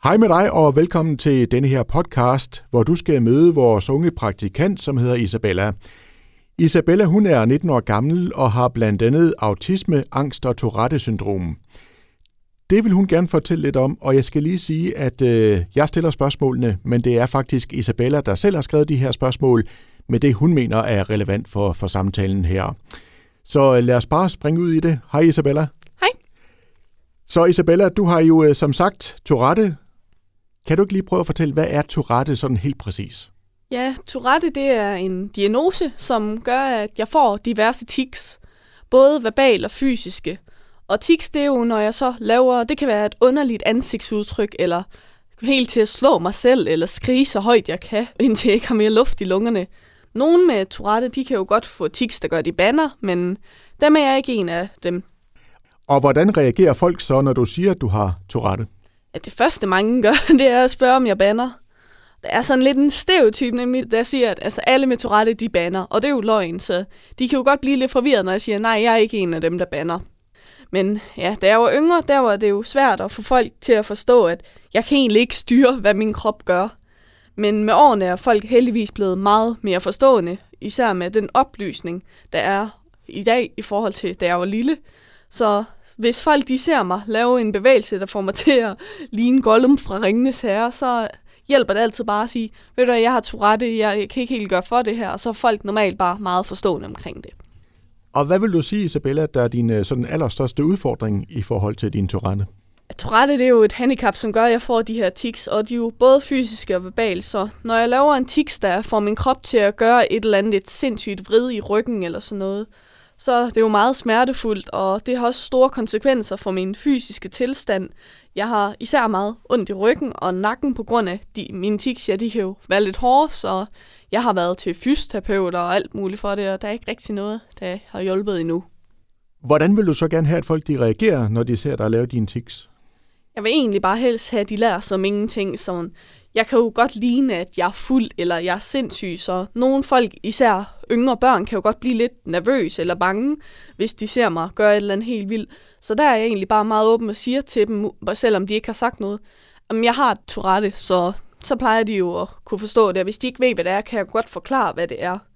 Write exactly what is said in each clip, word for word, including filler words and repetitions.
Hej med dig og velkommen til denne her podcast, hvor du skal møde vores unge praktikant, som hedder Isabella. Isabella, hun er nitten år gammel og har blandt andet autisme, angst og Tourette-syndrom. Det vil hun gerne fortælle lidt om, og jeg skal lige sige, at øh, jeg stiller spørgsmålene, men det er faktisk Isabella, der selv har skrevet de her spørgsmål, med det hun mener er relevant for, for samtalen her. Så lad os bare springe ud i det. Hej Isabella. Hej. Så Isabella, du har jo øh, som sagt Tourette. Kan du ikke lige prøve at fortælle, hvad er Tourette sådan helt præcis? Ja, Tourette det er en diagnose, som gør, at jeg får diverse tics, både verbal og fysiske. Og tics, det er jo, når jeg så laver, det kan være et underligt ansigtsudtryk, eller helt til at slå mig selv, eller skrige så højt jeg kan, indtil jeg ikke har mere luft i lungerne. Nogle med Tourette, de kan jo godt få tics, der gør, de bander, men dem er jeg ikke en af dem. Og hvordan reagerer folk så, når du siger, at du har Tourette? At det første, mange gør, det er at spørge, om jeg bander. Der er sådan lidt en stereotyp, nemlig, der siger, at altså, alle med Tourette, de bander. Og det er jo løgn, så de kan jo godt blive lidt forvirret, når jeg siger, nej, jeg er ikke en af dem, der bander. Men ja, da jeg var yngre, der var det jo svært at få folk til at forstå, at jeg kan egentlig ikke styre, hvad min krop gør. Men med årene er folk heldigvis blevet meget mere forstående, især med den oplysning, der er i dag i forhold til, da jeg var lille. Så hvis folk de ser mig lave en bevægelse, der får mig til at ligne Gollum fra Ringenes Herre, så hjælper det altid bare at sige, ved du hvad, jeg har Tourette, jeg kan ikke helt gøre for det her, og så er folk normalt bare meget forstående omkring det. Og hvad vil du sige, Isabella, der er din sådan allerstørste udfordring i forhold til din Tourette? Tourette, det er jo et handicap, som gør, at jeg får de her tics, og de er jo både fysiske og verbale, så når jeg laver en tics, der får min krop til at gøre et eller andet et sindssygt vrid i ryggen eller sådan noget, så det er jo meget smertefuldt, og det har også store konsekvenser for min fysiske tilstand. Jeg har især meget ondt i ryggen og nakken på grund af de, mine tics, ja, de kan jo være lidt hårde, så jeg har været til fysioterapeuter og alt muligt for det, og der er ikke rigtig noget, der har hjulpet endnu. Hvordan vil du så gerne have, at folk de reagerer, når de ser dig lave dine tics? Jeg vil egentlig bare helst have, at de lærer som ingenting. Sådan. Jeg kan jo godt ligne, at jeg er fuld, eller jeg er sindssyg, så nogle folk, især yngre børn, kan jo godt blive lidt nervøs eller bange, hvis de ser mig gøre et eller andet helt vildt. Så der er jeg egentlig bare meget åben og siger til dem, selvom de ikke har sagt noget, om jeg har Tourette, så, så plejer de jo at kunne forstå det. Og hvis de ikke ved, hvad det er, kan jeg godt forklare, hvad det er.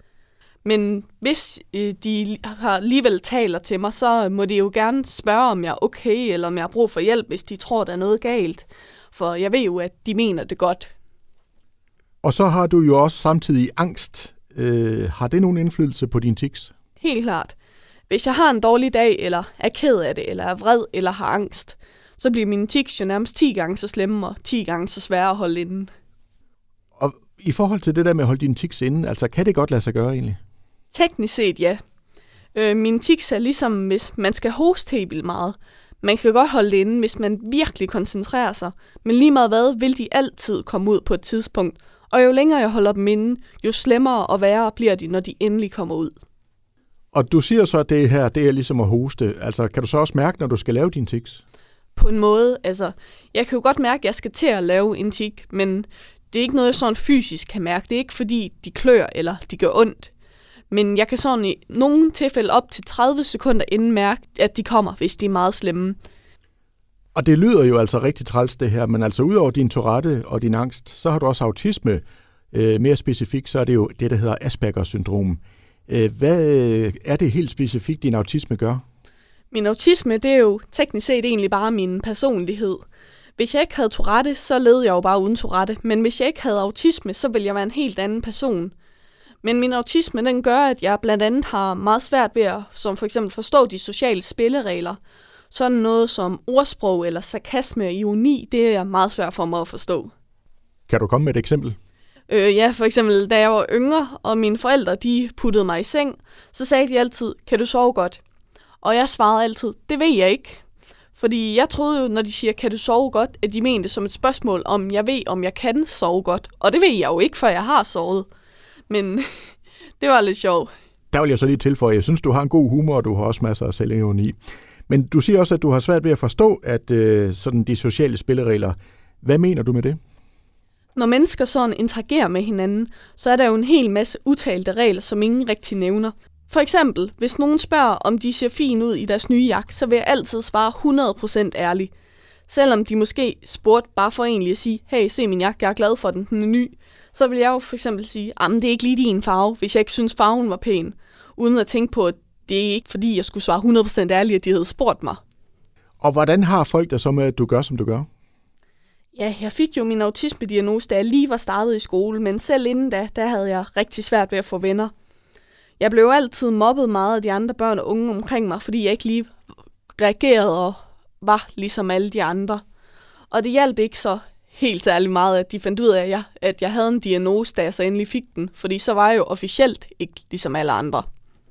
Men hvis øh, de har alligevel taler til mig, så må de jo gerne spørge, om jeg er okay, eller om jeg har brug for hjælp, hvis de tror, der er noget galt. For jeg ved jo, at de mener det godt. Og så har du jo også samtidig angst. Øh, har det nogen indflydelse på dine tics? Helt klart. Hvis jeg har en dårlig dag, eller er ked af det, eller er vred, eller har angst, så bliver mine tics jo nærmest ti gange så slemme, og ti gange så svære at holde inde. Og i forhold til det der med at holde dine tics inde, altså kan det godt lade sig gøre egentlig? Teknisk set, ja. Øh, mine tics er ligesom, hvis man skal hoste helt vildt meget. Man kan godt holde det inde, hvis man virkelig koncentrerer sig. Men lige meget hvad, vil de altid komme ud på et tidspunkt. Og jo længere jeg holder dem inde, jo slemmere og værre bliver de, når de endelig kommer ud. Og du siger så, at det her, det er ligesom at hoste. Altså, kan du så også mærke, når du skal lave dine tics? På en måde, altså, jeg kan jo godt mærke, at jeg skal til at lave en tic, men det er ikke noget, jeg sådan fysisk kan mærke. Det er ikke fordi, de klør eller de gør ondt. Men jeg kan sådan i nogle tilfælde op til tredive sekunder inden mærke, at de kommer, hvis de er meget slemme. Og det lyder jo altså rigtig træls det her, men altså udover din Tourette og din angst, så har du også autisme. Øh, mere specifikt, så er det jo det, der hedder Asperger-syndrom. Øh, hvad er det helt specifikt, din autisme gør? Min autisme, det er jo teknisk set egentlig bare min personlighed. Hvis jeg ikke havde Tourette, så levede jeg jo bare uden Tourette. Men hvis jeg ikke havde autisme, så ville jeg være en helt anden person. Men min autisme, den gør, at jeg blandt andet har meget svært ved at, som for eksempel forstå de sociale spilleregler. Sådan noget som ordsprog eller sarkasme og ironi, det er meget svært for mig at forstå. Kan du komme med et eksempel? Øh, ja, for eksempel, da jeg var yngre, og mine forældre, de puttede mig i seng, så sagde de altid, kan du sove godt? Og jeg svarede altid, det ved jeg ikke. Fordi jeg troede jo, når de siger, kan du sove godt, at de mente som et spørgsmål, om jeg ved, om jeg kan sove godt. Og det ved jeg jo ikke, før jeg har sovet. Men det var lidt sjovt. Der vil jeg så lige tilføje, jeg synes, du har en god humor, og du har også masser af selvironi. Men du siger også, at du har svært ved at forstå, at øh, sådan de sociale spilleregler. Hvad mener du med det? Når mennesker sådan interagerer med hinanden, så er der jo en hel masse utalte regler, som ingen rigtig nævner. For eksempel, hvis nogen spørger, om de ser fin ud i deres nye jakke, så vil jeg altid svare hundrede procent ærligt. Selvom de måske spurgte bare for egentlig at sige, hey, se min jakke, jeg er glad for den, den er ny. Så vil jeg jo for eksempel sige, at det er ikke lige din farve, hvis jeg ikke synes, farven var pæn. Uden at tænke på, at det er ikke fordi, jeg skulle svare hundrede procent ærligt, at de havde spurgt mig. Og hvordan har folk det så med, at du gør, som du gør? Ja, jeg fik jo min autisme-diagnose, da jeg lige var startet i skole, men selv inden da, der havde jeg rigtig svært ved at få venner. Jeg blev altid mobbet meget af de andre børn og unge omkring mig, fordi jeg ikke lige reagerede og var ligesom alle de andre. Og det hjalp ikke så helt særlig meget, at de fandt ud af, at jeg havde en diagnose, da jeg så endelig fik den, fordi så var jeg jo officielt ikke ligesom alle andre.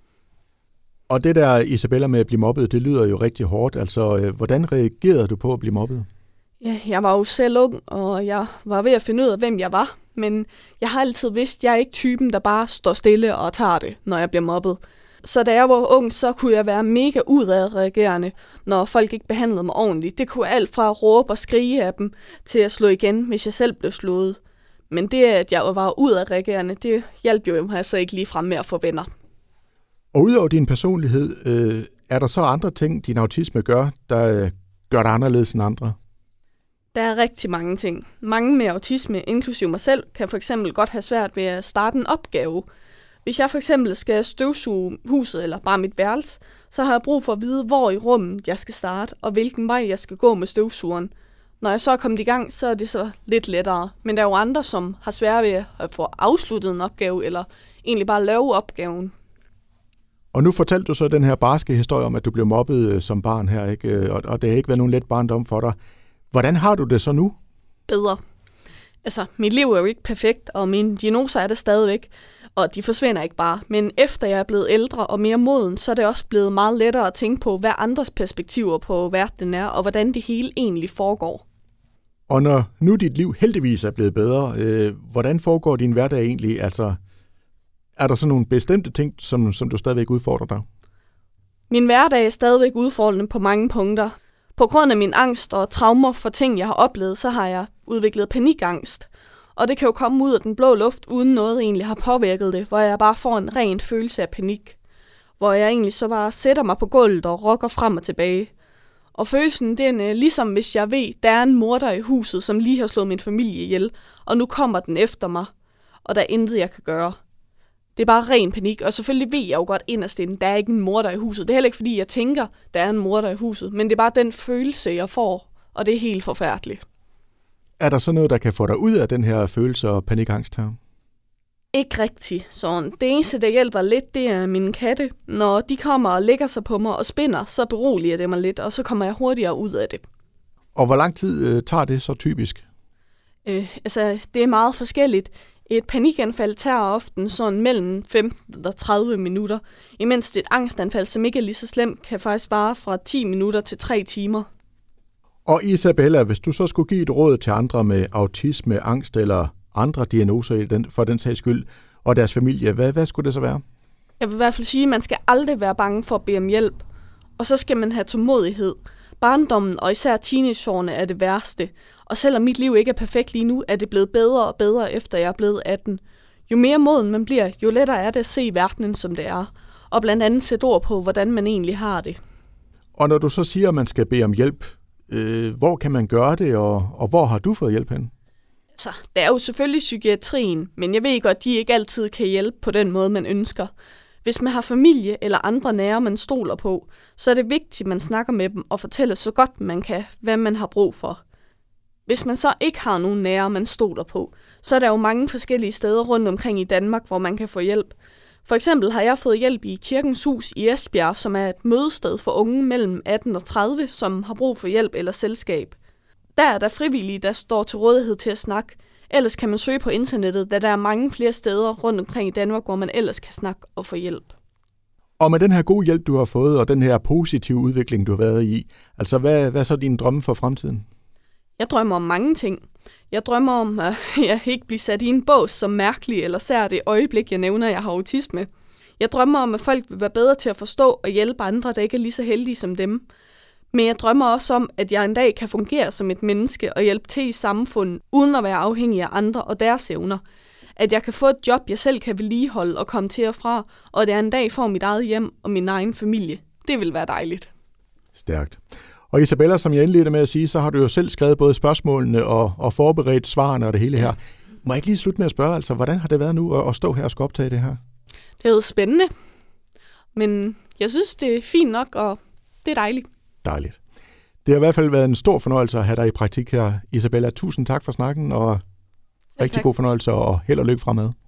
Og det der, Isabella, med at blive mobbet, det lyder jo rigtig hårdt. Altså, hvordan reagerede du på at blive mobbet? Ja, jeg var jo selv ung, og jeg var ved at finde ud af, hvem jeg var. Men jeg har altid vidst, at jeg er ikke typen, der bare står stille og tager det, når jeg bliver mobbet. Så da jeg var ung, så kunne jeg være mega udadreagerende, når folk ikke behandlede mig ordentligt. Det kunne alt fra at råbe og skrige af dem, til at slå igen, hvis jeg selv blev slået. Men det, at jeg var udadreagerende, det hjalp jo mig så ikke lige frem med at få venner. Og udover din personlighed, øh, er der så andre ting, din autisme gør, der øh, gør dig anderledes end andre? Der er rigtig mange ting. Mange med autisme, inklusive mig selv, kan for eksempel godt have svært ved at starte en opgave. Hvis jeg for eksempel skal støvsuge huset eller bare mit værelse, så har jeg brug for at vide, hvor i rummet jeg skal starte, og hvilken vej jeg skal gå med støvsugeren. Når jeg så er kommet i gang, så er det så lidt lettere. Men der er jo andre, som har svært ved at få afsluttet en opgave, eller egentlig bare lave opgaven. Og nu fortalte du så den her barske historie om, at du blev mobbet som barn her, ikke? Og, og det har ikke været nogen let barndom for dig. Hvordan har du det så nu? Bedre. Altså, mit liv er jo ikke perfekt, og mine diagnoser er det stadigvæk, og de forsvinder ikke bare. Men efter jeg er blevet ældre og mere moden, så er det også blevet meget lettere at tænke på, hvad andres perspektiver på verden er, og hvordan det hele egentlig foregår. Og når nu dit liv heldigvis er blevet bedre, øh, hvordan foregår din hverdag egentlig? Altså, er der så nogle bestemte ting, som, som du stadigvæk udfordrer dig? Min hverdag er stadigvæk udfordrende på mange punkter. På grund af min angst og traumer for ting, jeg har oplevet, så har jeg udviklet panikangst. Og det kan jo komme ud af den blå luft, uden noget egentlig har påvirket det, hvor jeg bare får en ren følelse af panik. Hvor jeg egentlig så bare sætter mig på gulvet og rokker frem og tilbage. Og følelsen, den er ligesom hvis jeg ved, der er en morder i huset, som lige har slået min familie ihjel, og nu kommer den efter mig, og der er intet, jeg kan gøre. Det er bare ren panik, og selvfølgelig ved jeg jo godt inderst inde, der er ikke en morder i huset. Det er heller ikke fordi, jeg tænker, der er en morder i huset, men det er bare den følelse, jeg får, og det er helt forfærdeligt. Er der så noget, der kan få dig ud af den her følelse og panikangst her? Ikke rigtigt. Så det eneste, der hjælper lidt, det er mine katte. Når de kommer og lægger sig på mig og spinder, så beroliger det mig lidt, og så kommer jeg hurtigere ud af det. Og hvor lang tid øh, tager det så typisk? Øh, altså, det er meget forskelligt. Et panikanfald tager ofte sådan mellem femten og tredive minutter, imens et angstanfald, som ikke er lige så slemt, kan faktisk vare fra ti minutter til tre timer. Og Isabella, hvis du så skulle give et råd til andre med autisme, angst eller andre diagnoser i den, for den sags skyld, og deres familie, hvad, hvad skulle det så være? Jeg vil i hvert fald sige, at man skal aldrig være bange for at bede om hjælp. Og så skal man have tålmodighed. Barndommen og især teenageårene er det værste. Og selvom mit liv ikke er perfekt lige nu, er det blevet bedre og bedre, efter jeg er blevet atten. Jo mere moden man bliver, jo lettere er det at se verdenen, som det er. Og blandt andet sætte ord på, hvordan man egentlig har det. Og når du så siger, at man skal bede om hjælp, øh, hvor kan man gøre det, og, og hvor har du fået hjælp hen? Altså, der er jo selvfølgelig psykiatrien, men jeg ved godt, at de ikke altid kan hjælpe på den måde, man ønsker. Hvis man har familie eller andre nære, man stoler på, så er det vigtigt, at man snakker med dem og fortæller så godt man kan, hvad man har brug for. Hvis man så ikke har nogen nære, man stoler på, så er der jo mange forskellige steder rundt omkring i Danmark, hvor man kan få hjælp. For eksempel har jeg fået hjælp i Kirkens Hus i Esbjerg, som er et mødested for unge mellem atten og tredive, som har brug for hjælp eller selskab. Der er der frivillige, der står til rådighed til at snakke. Ellers kan man søge på internettet, da der er mange flere steder rundt omkring i Danmark, hvor man ellers kan snakke og få hjælp. Og med den her gode hjælp, du har fået, og den her positive udvikling, du har været i, altså hvad, hvad er så dine drømme for fremtiden? Jeg drømmer om mange ting. Jeg drømmer om, at jeg ikke bliver sat i en bås som mærkelig eller sær det øjeblik, jeg nævner, at jeg har autisme. Jeg drømmer om, at folk vil være bedre til at forstå og hjælpe andre, der ikke er lige så heldige som dem. Men jeg drømmer også om, at jeg en dag kan fungere som et menneske og hjælpe til i samfundet, uden at være afhængig af andre og deres evner. At jeg kan få et job, jeg selv kan vedligeholde og komme til og fra, og at jeg en dag får mit eget hjem og min egen familie. Det vil være dejligt. Stærkt. Og Isabella, som jeg indledte med at sige, så har du jo selv skrevet både spørgsmålene og, og forberedt svarene og det hele her. Må jeg ikke lige slutte med at spørge, altså, hvordan har det været nu at, at stå her og skulle optage det her? Det er jo spændende, men jeg synes, det er fint nok, og det er dejligt. Dejligt. Det har i hvert fald været en stor fornøjelse at have dig i praktik her, Isabella. Tusind tak for snakken, og rigtig god fornøjelse, og held og lykke fremad.